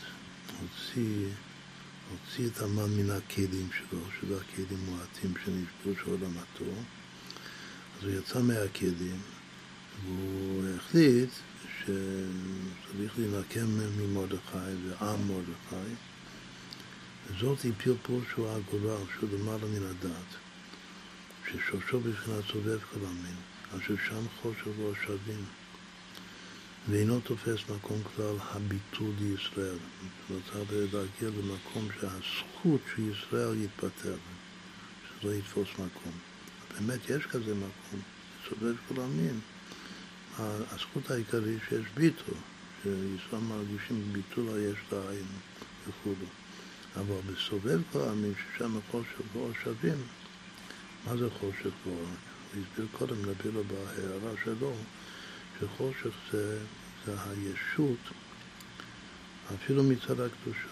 הוציא את המן מן הכלים שלו, שזה הכלים מועטים שנשבו של עולמתו. אז הוא יצא מהכלים, והוא החליט שצריך להינקם ממרדכי ועם מרדכי, וזאת היא פלפול שהוא הגורל, שהוא למעלה מן הדעת, ששורשו בבחינת סובב כל המין, אשר שם חושב לא שווים, ואינו תופס מקום כלל הביטול לישראל. רוצה להגיע למקום שהזכות שישראל יתפטר, שזה לא יתפוס מקום. באמת יש כזה מקום, בסובב כל העמים, הזכות העיקרית שיש ביטול, שישראל מרגישים ביטול היש לעין וכו'. אבל בסובב כל העמים, ששם חושך ואור שווים, מה זה חושך ואור? הוא הסביר קודם, נביא לו בהערה שלו, שחושך זה הישות, אפילו מצד הקדושה.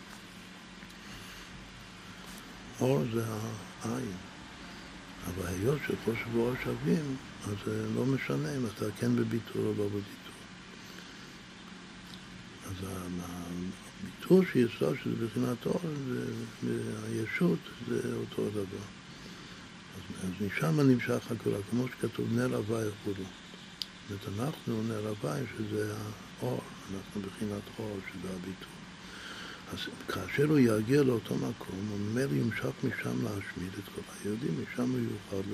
אור זה העין. אבל היות שחושך ואור שווים, אז זה לא משנה אם אתה כן בביטול או לא בביטול. אז הביטול שישראל, שזה בחינת אור, והישות זה אותו דבר. אז משם נמשך הכל, כמו שכתוב נר הווי וכו'. זאת אנחנו נר הווי שזה האור, אנחנו בחינת אור שזה הביטול. אז כאשר הוא יגיע לאותו מקום, הוא אומר ימשך משם להשמיד את כל היהודים, משם הוא יוכל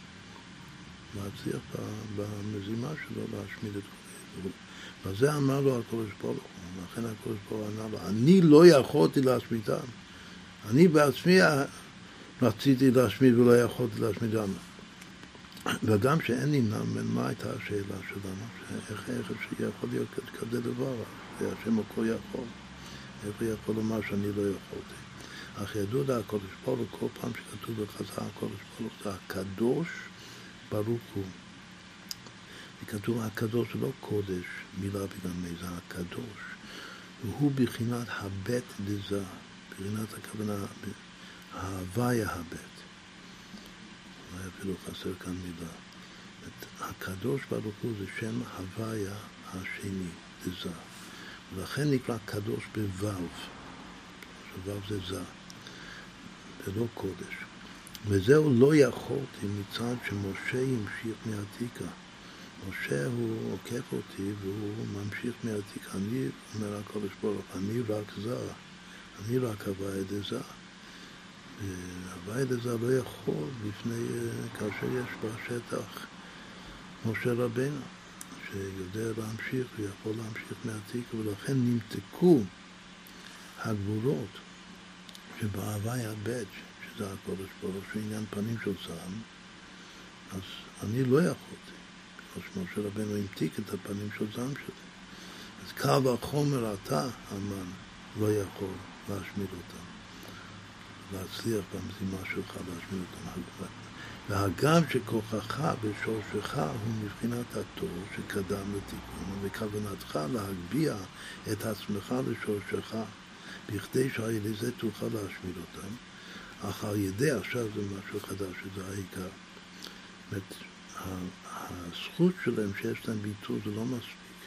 להצליח במזימה שלו להשמיד את כל היהודים. וזה אמר לו הקדוש ברוך הוא, לכן הקדוש ברוך הוא ענה לו, אני לא יכולתי להשמידם. אני בעצמי רציתי להשמיד ולא יכולתי להשמידם. וגם שאין נמנע, מה הייתה השאלה שלנו? איך שיכול להיות כזה דבר, שהשם הוא כל יכול. איך הוא יכול לומר שאני לא יכולתי? אך ידוע הקדוש ברוך הוא, כל פעם שכתוב בחז"ל הקדוש ברוך הוא, זה הקדוש ברוך הוא. וכתוב הקדוש זה לא קודש, מילה בגמרי, זה הקדוש. והוא בחינת הבית דזה, בחינת הכוונה, ההוויה הבית. אולי אפילו חסר כאן מילה. הקדוש ברוך הוא זה שם הוויה השני, דזה. ולכן נקרא קדוש בוו, שוו זה זה, ולא קודש. וזהו לא יכולתי מצד שמשה ימשיך מהעתיקה. משה הוא עוקף אותי והוא ממשיך מהעתיקה. אני אומר הקדוש ברוך הוא, אני רק זה, אני רק הוויה דזה. והוויה דזה לא יכול לפני, כאשר יש בשטח משה רבינו. שיודע להמשיך ויכול להמשיך מהעתיקה, ולכן נמתקו הגבולות שבהוויה הבית, שזה הקודש ברוך הוא, עניין פנים של זעם, אז אני לא יכולתי, בגלל שמשה רבינו המתיק את הפנים של זעם שלי. אז קל וחומר אתה, המן, לא יכול להשמיד אותם, להצליח במזימה שלך להשמיד אותם. והגם שכוחך ושורשך הוא מבחינת התור שקדם לתיקון, וכוונתך להגביה את עצמך לשורשך, בכדי שעל ידי זה תוכל להשמיד אותם, אך על ידי, עכשיו זה משהו חדש, שזה העיקר. הזכות שלהם שיש להם ביטול זה לא מספיק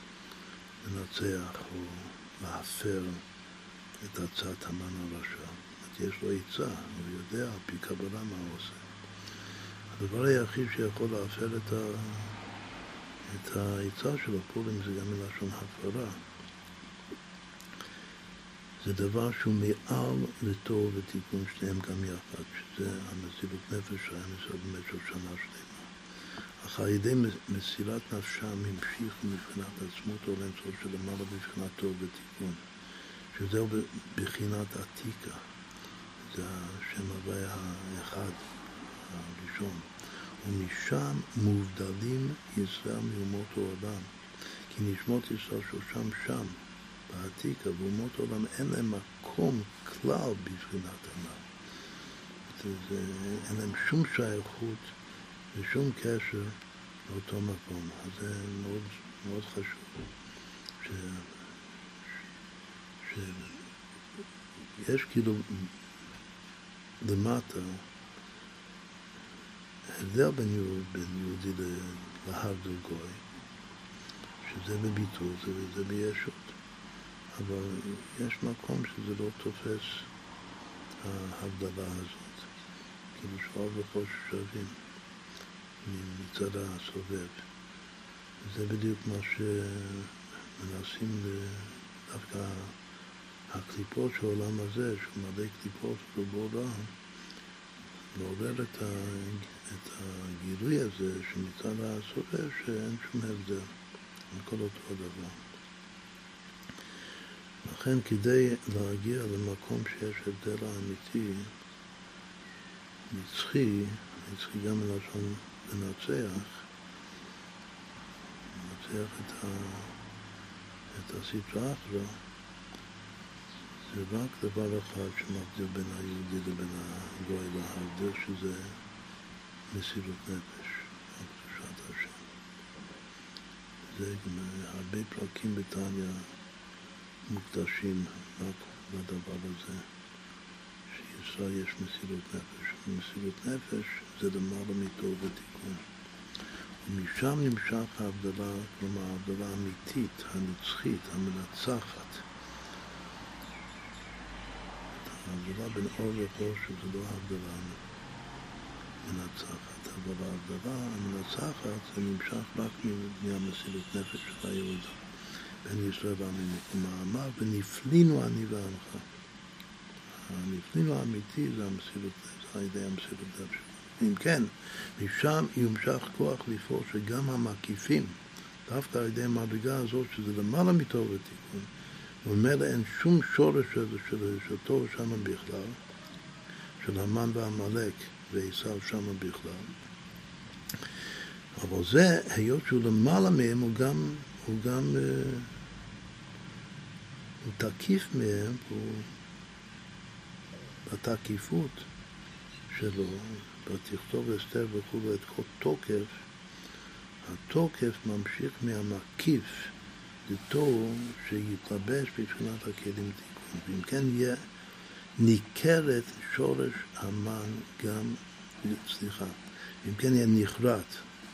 לנצח או להפר את הצעת המן הרשע. יש לו עיצה, הוא יודע על פי קבלה מה הוא עושה. הדבר היחיד שיכול להפר את העיצה שלו, פורים זה גם מלשון הפרה. זה דבר שהוא מעל לתור ותיקון שניהם גם יחד, שזה המסירות נפש שהיה מסורת במשך שנה שלמה. אך על ידי מסירת נפשם המשיך מבחינת עצמות או לאמצעות שלמעלה בבחינת תור ותיקון, שזהו בבחינת עתיקה. זה השם הוויה האחד, הראשון. ומשם מובדלים ישראל מאומות העולם. כי נשמות ישראל שושם שם, בעתיקה, ואומות העולם אין להם מקום כלל בבחינת ענן. אין להם שום שייכות ושום קשר לאותו מקום. אז זה מאוד, מאוד חשוב. יש כאילו למטה הבדל בין יהודי להבדל גוי, שזה בביטול, זה בישות. אבל יש מקום שזה לא תופס ההבדלה הזאת. כאילו שאור וחושך שווים מצד הסובב. זה בדיוק מה שמנסים דווקא הקליפות של העולם הזה, שהוא מלא קליפות ובעולם, לעורר את הגילוי הזה שמצד הסובב שאין שום הבדל, הכל אותו הדבר. לכן כדי להגיע למקום שיש הבדל האמיתי, נצחי גם מלשון לנצח את הסטרא אחרא, זה רק דבר אחד שמבדיל בין היהודי לבין הגוי, וההבדל שזה מסירות נפש, קדושת השם. זה הרבה פרקים בתניא מוקדשים רק לדבר הזה, שישראל יש מסירות נפש. מסירות נפש זה למעלה מתור ותיקון. ומשם נמשך ההבדלה, כלומר ההבדלה האמיתית, הנצחית, המנצחת. ההבדלה בין אור וחושך שזה לא ההבדלה המנצחת, אבל ההבדלה המנצחת זה נמשך רק מהמסירות נפש של היהודי. בין ישראל ועמים, כלומר, ונפלינו אני ועמך. הנפלינו האמיתי זה המסירות נפש, על ידי המסירות נפש. אם כן, משם יומשך כוח לפעול שגם המקיפים, דווקא על ידי המדרגה הזאת, שזה למעלה מתור ותיקון, וממילא אין שום שורש של תור שם בכלל, של המן ועמלק ועשיו שם בכלל. אבל זה, היות שהוא למעלה מהם, הוא גם הוא תקיף מהם, הוא בתקיפות שלו, בתכתוב אסתר וכו' את כל תוקף, התוקף ממשיך מהמקיף לתור שיתלבש בבחינת הכלים תיקון. ואם כן יהיה ניכרת שורש המן גם, אם כן יהיה נחרט,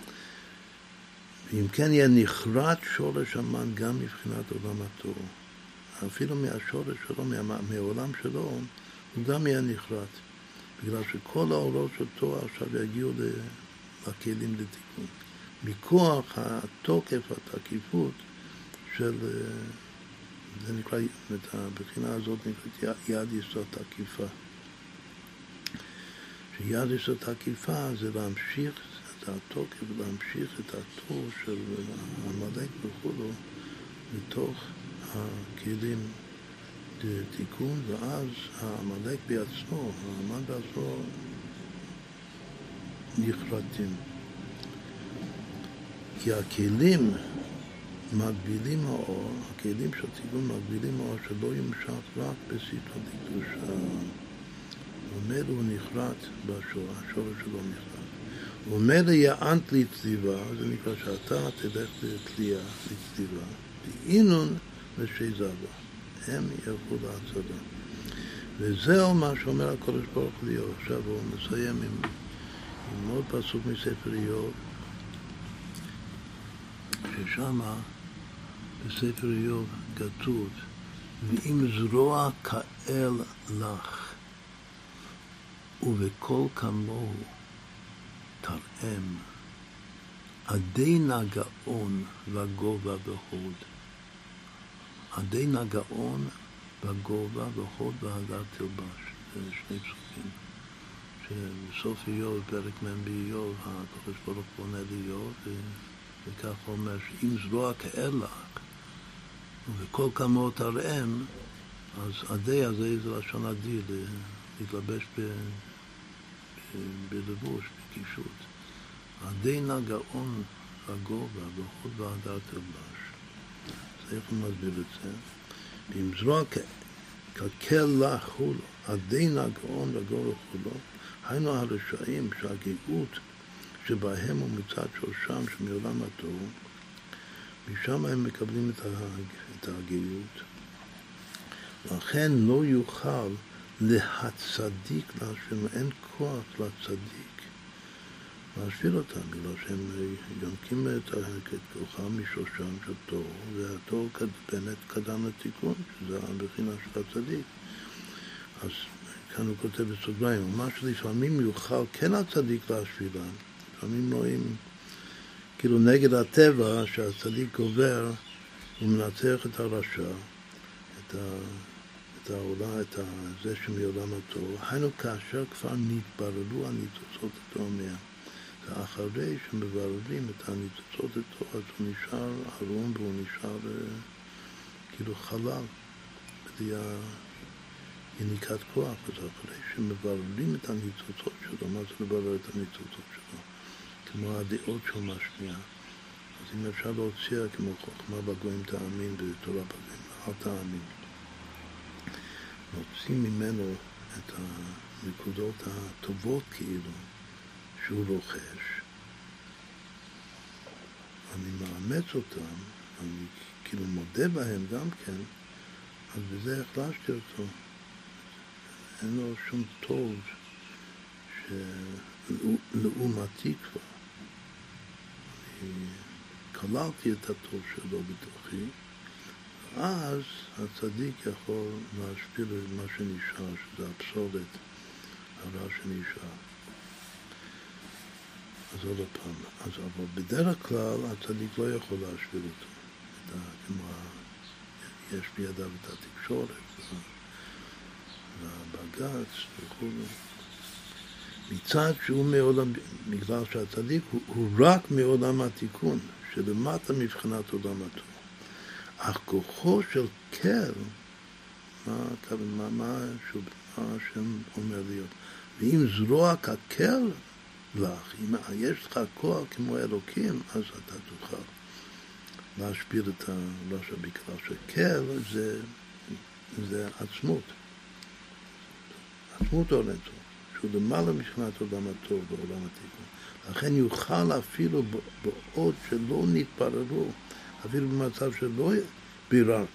ואם כן יהיה נחרט שורש המן גם מבחינת עולם התור. אפילו מהשורש שלו, מהעולם שלו, הוא גם יהיה נחרט. בגלל שכל האורות של תורה עכשיו יגיעו לכלים לתיקון. מכוח התוקף, התקיפות של, זה נקרא, הבחינה הזאת נקראת יד יסוד תקיפה. שיד יסוד תקיפה זה להמשיך את התוקף, להמשיך את התור של המלאק וכולו לתוך הכלים תיקון, ואז המלאק בעצמו, המן בעצמו נחרטים. כי הכלים מגבילים האור, הכלים של תיקון מגבילים האור שלא ימשך רק בסתרא דקדושה. ומילא הוא נחרט בשורש, השורש שלו נחרט. ומילא יענת לצליבה, זה נקרא שאתה תלך לתלייה, לצליבה, ואינון ושזבה. הם ילכו להצלה. וזהו מה שאומר הקדוש ברוך הוא ליאור. עכשיו הוא מסיים עם עוד פסוק מספר איוב, ששם בספר איוב כתוב, ואם זרוע כאל לך, ובקול כמוהו תרעם, עדי נגאון וגובה והוד. עדי נגאון בגובה והוד והדר תלבש. זה שני פסוקים שבסוף איוב, פרק מ' באיוב, הקדוש ברוך הוא עונה לאיוב, וכך הוא אומר שאם זרוע כאל לך ובקול כמוהו תרעם, אז עדי הזה זה לשון עדי, להתלבש בלבוש, בקישוט. עדי נגאון בגובה והוד והדר תלבש. אז איך הוא מסביר את זה? ואם זרוע כקל לך הוא לו, עדי נגאון וגובה וכולו, היינו הרשעים שהגאות שבהם הוא מצד שורשם שמעולם התור, משם הם מקבלים את הגאות. לכן לא יוכל להצדיק להשם, אין כוח לצדיק להשאיר אותם, בגלל שהם יונקים את כוחם משורשם של תור, והתור באמת קדם לתיקון, שזה הבחינה של הצדיק. אז כאן הוא כותב בסוגריים, מה שלפעמים יוכל כן הצדיק להשאירם, לפעמים רואים כאילו נגד הטבע שהצדיק עובר, הוא מנצח את הרשע, את העולה, את זה שמעולם התור. היינו כאשר כבר נתבררו הניצוצות התור מהם. ואחרי שמבררים את הניצוצות התור, אז הוא נשאר ערום והוא נשאר כאילו חלל, בלי יניקת כוח. אז אחרי שמבררים את הניצוצות שלו, מה זה לברר את הניצוצות שלו? כמו הדעות של משמיע. אז אם אפשר להוציא כמו חוכמה בגויים תאמין ותורה בגויים, אל תאמין. להוציא ממנו את הנקודות הטובות כאילו שהוא רוכש. אני מאמץ אותם, אני כאילו מודה בהם גם כן, אז בזה החלשתי אותו. אין לו שום טוב שלעומתי כבר. אני כללתי את הטוב שלו בתוכי, ואז הצדיק יכול להשפיל את מה שנשאר, שזה הפסולת, הרע שנשאר. אז עוד פעם, אבל בדרך כלל הצדיק לא יכול להשפיל אותו. כמו יש בידיו את התקשורת והבג"ץ וכו'. מצד שהוא מעולם, בגלל שהצדיק הוא רק מעולם התיקון, שלמטה מבחינת עולם הטוב. אך כוחו של כל, מה השם אומר להיות? ואם זרוע ככל לך, אם יש לך כוח כמו אלוקים, אז אתה תוכל להשפיל את הרשע, בגלל שכל זה עצמות. עצמות עולם טוב, שהוא למעלה מבחינת עולם הטוב בעולם התיקון. לכן יוכל אפילו בעוד שלא נתבררו, אפילו במצב שלא ביררת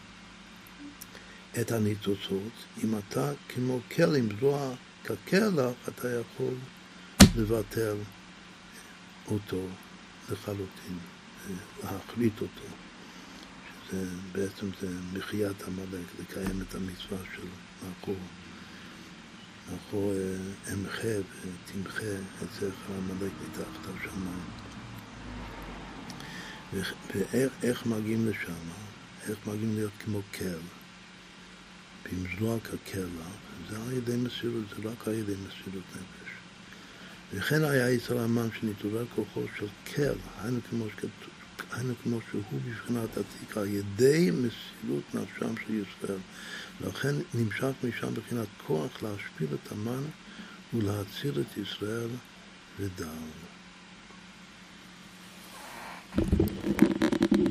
את הניצוצות, אם אתה כמו כל, עם זרוע ככל לך, אתה יכול לבטל אותו לחלוטין, להחליט אותו, שזה בעצם זה מחיית המלאק, לקיים את המצווה של נחו אמחה ותמחה את זכר המלאק מתחת השמיים. ואיך מגיעים לשם? איך מגיעים להיות כמו כל? ועם זרוע ככל, זה על ידי מסירות, זה רק על ידי מסירות נפש. וכן היה יצר המן שנתעורר כוחו של כל, היינו כמו שהוא בבחינת עתיק, על ידי מסירות נפשם של ישראל. לכן נמשך משם בבחינת כוח להשפיל את המן ולהציל את ישראל ודאו.